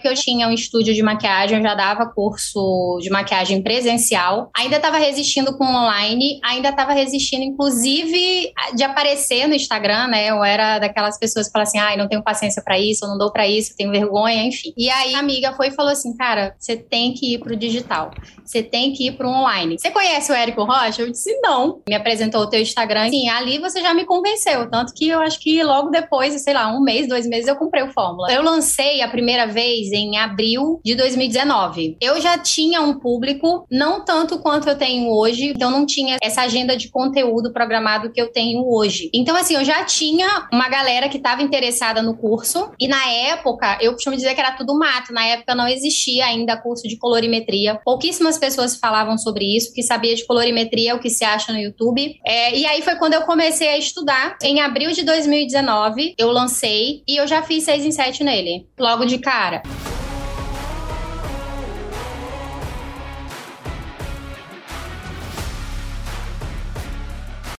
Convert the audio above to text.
época eu tinha um estúdio de maquiagem, eu já dava curso de maquiagem presencial. Ainda estava resistindo com online, ainda estava resistindo, inclusive, de aparecer no Instagram, né? Eu era daquelas pessoas que falam assim, ai, não tenho paciência pra isso, eu não dou pra isso, eu tenho vergonha, enfim. E aí a amiga foi e falou assim, cara, você tem que ir pro digital, você tem que ir pro online. Você conhece o Érico Rocha? Eu disse, não. Me apresentou o teu Instagram, sim, ali você já me convenceu, tanto que eu acho que logo depois, sei lá, 1 mês, 2 meses, eu comprei o Fórmula. Eu lancei a primeira vez em abril de 2019. Eu já tinha um público, não tanto quanto eu tenho hoje, então não tinha essa agenda de conteúdo programado que eu tenho hoje. Então, assim, eu já tinha uma galera que estava interessada no curso, e na época, eu costumo dizer que era tudo mato, na época não existia ainda curso de colorimetria, pouquíssimas pessoas falavam sobre isso, que sabia de colorimetria, o que se acha no YouTube, e aí foi quando eu comecei a estudar. Em abril de 2019, eu lancei, e eu já fiz 6 em 7 nele, logo de cara.